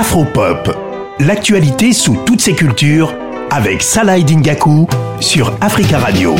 Afropop, l'actualité sous toutes ses cultures avec Salah Dingaku sur Africa Radio.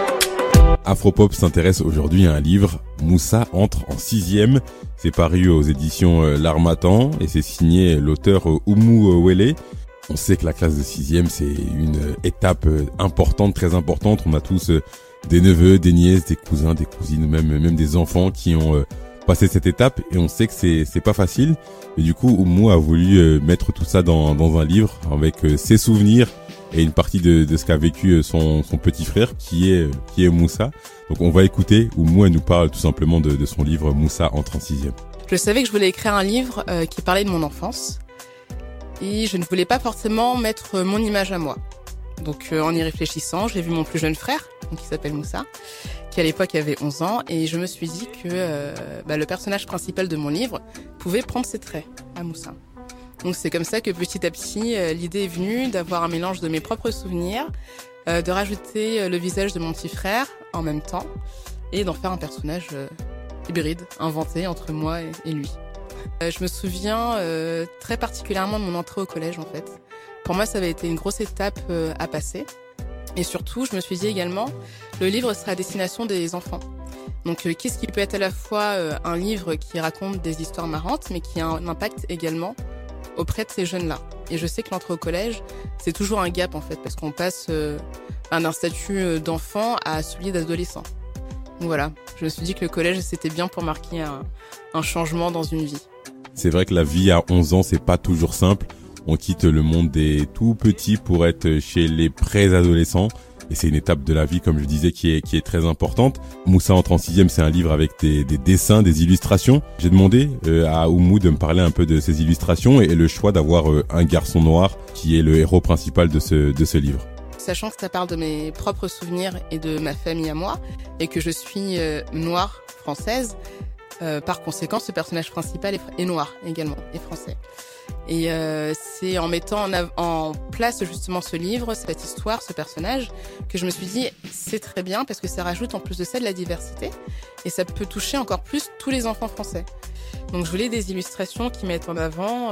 Afropop s'intéresse aujourd'hui à un livre, Moussa entre en 6e. C'est paru aux éditions L'Harmattan et c'est signé l'auteur Oumou Wele. On sait que la classe de 6e, c'est une étape importante, très importante. On a tous des neveux, des nièces, des cousins, des cousines, même des enfants qui ont passé cette étape et on sait que c'est pas facile. Et du coup, Oumou a voulu mettre tout ça dans un livre avec ses souvenirs et une partie de ce qu'a vécu son petit frère qui est Moussa. Donc on va écouter Oumou, elle nous parle tout simplement de son livre Moussa entre en 6e. Je savais que je voulais écrire un livre qui parlait de mon enfance et je ne voulais pas forcément mettre mon image à moi. Donc en y réfléchissant, j'ai vu mon plus jeune frère, qui s'appelle Moussa, qui à l'époque avait 11 ans et je me suis dit que le personnage principal de mon livre pouvait prendre ses traits à Moussa. Donc c'est comme ça que petit à petit, l'idée est venue d'avoir un mélange de mes propres souvenirs, de rajouter le visage de mon petit frère en même temps et d'en faire un personnage hybride, inventé entre moi et lui. Je me souviens très particulièrement de mon entrée au collège en fait. Pour moi, ça avait été une grosse étape à passer. Et surtout, je me suis dit également, le livre sera à destination des enfants. Donc qu'est-ce qui peut être à la fois un livre qui raconte des histoires marrantes, mais qui a un impact également auprès de ces jeunes-là. Et je sais que l'entrée au collège, c'est toujours un gap en fait, parce qu'on passe d'un statut d'enfant à celui d'adolescent. Donc voilà, je me suis dit que le collège, c'était bien pour marquer un changement dans une vie. C'est vrai que la vie à 11 ans, c'est pas toujours simple. On quitte le monde des tout petits pour être chez les pré-adolescents. Et c'est une étape de la vie, comme je disais, qui est très importante. Moussa entre en 6e, c'est un livre avec des dessins, des illustrations. J'ai demandé à Oumou de me parler un peu de ces illustrations et le choix d'avoir un garçon noir qui est le héros principal de ce livre. Sachant que ça parle de mes propres souvenirs et de ma famille à moi, et que je suis noire, française, par conséquent, ce personnage principal est noir également, et français. Et c'est en mettant en place justement ce livre, cette histoire, ce personnage, que je me suis dit c'est très bien parce que ça rajoute en plus de ça de la diversité et ça peut toucher encore plus tous les enfants français. Donc je voulais des illustrations qui mettent en avant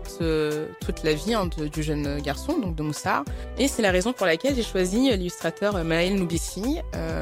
toute la vie du jeune garçon, donc de Moussa. Et c'est la raison pour laquelle j'ai choisi l'illustrateur Maël Noubissi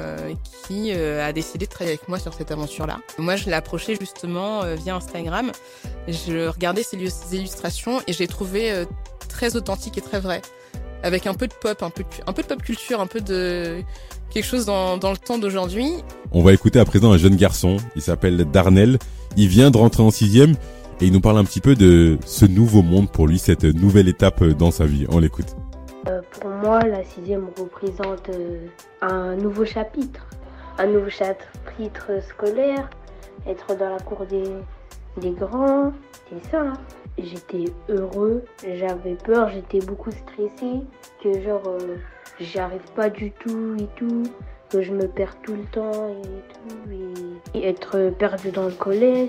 qui a décidé de travailler avec moi sur cette aventure-là. Moi je l'ai approché justement via Instagram. Je regardais ces illustrations et je les trouvais très authentiques et très vraies. Avec un peu de pop, un peu de pop culture, un peu de quelque chose dans le temps d'aujourd'hui. On va écouter à présent un jeune garçon, il s'appelle Darnell. Il vient de rentrer en 6e et il nous parle un petit peu de ce nouveau monde pour lui, cette nouvelle étape dans sa vie. On l'écoute. Pour moi, la 6e représente un nouveau chapitre scolaire, être dans la cour des grands, c'est ça. J'étais heureux, j'avais peur, j'étais beaucoup stressée, que j'y arrive pas du tout et tout, que je me perds tout le temps et tout, et être perdu dans le collège,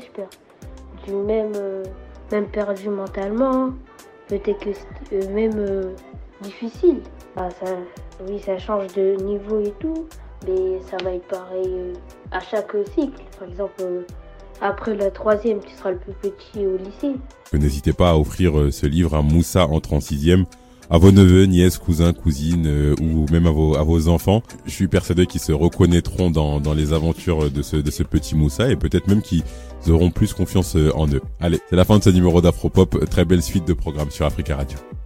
même perdu mentalement, peut-être que c'était même difficile. Ça change de niveau et tout, mais ça va être pareil à chaque cycle. Par exemple, après la 3e, tu seras le plus petit au lycée. N'hésitez pas à offrir ce livre à Moussa entre en 6e, à vos neveux, nièces, cousins, cousines ou même à vos enfants. Je suis persuadé qu'ils se reconnaîtront dans les aventures de ce petit Moussa et peut-être même qu'ils auront plus confiance en eux. Allez, c'est la fin de ce numéro d'Afropop. Très belle suite de programmes sur Africa Radio.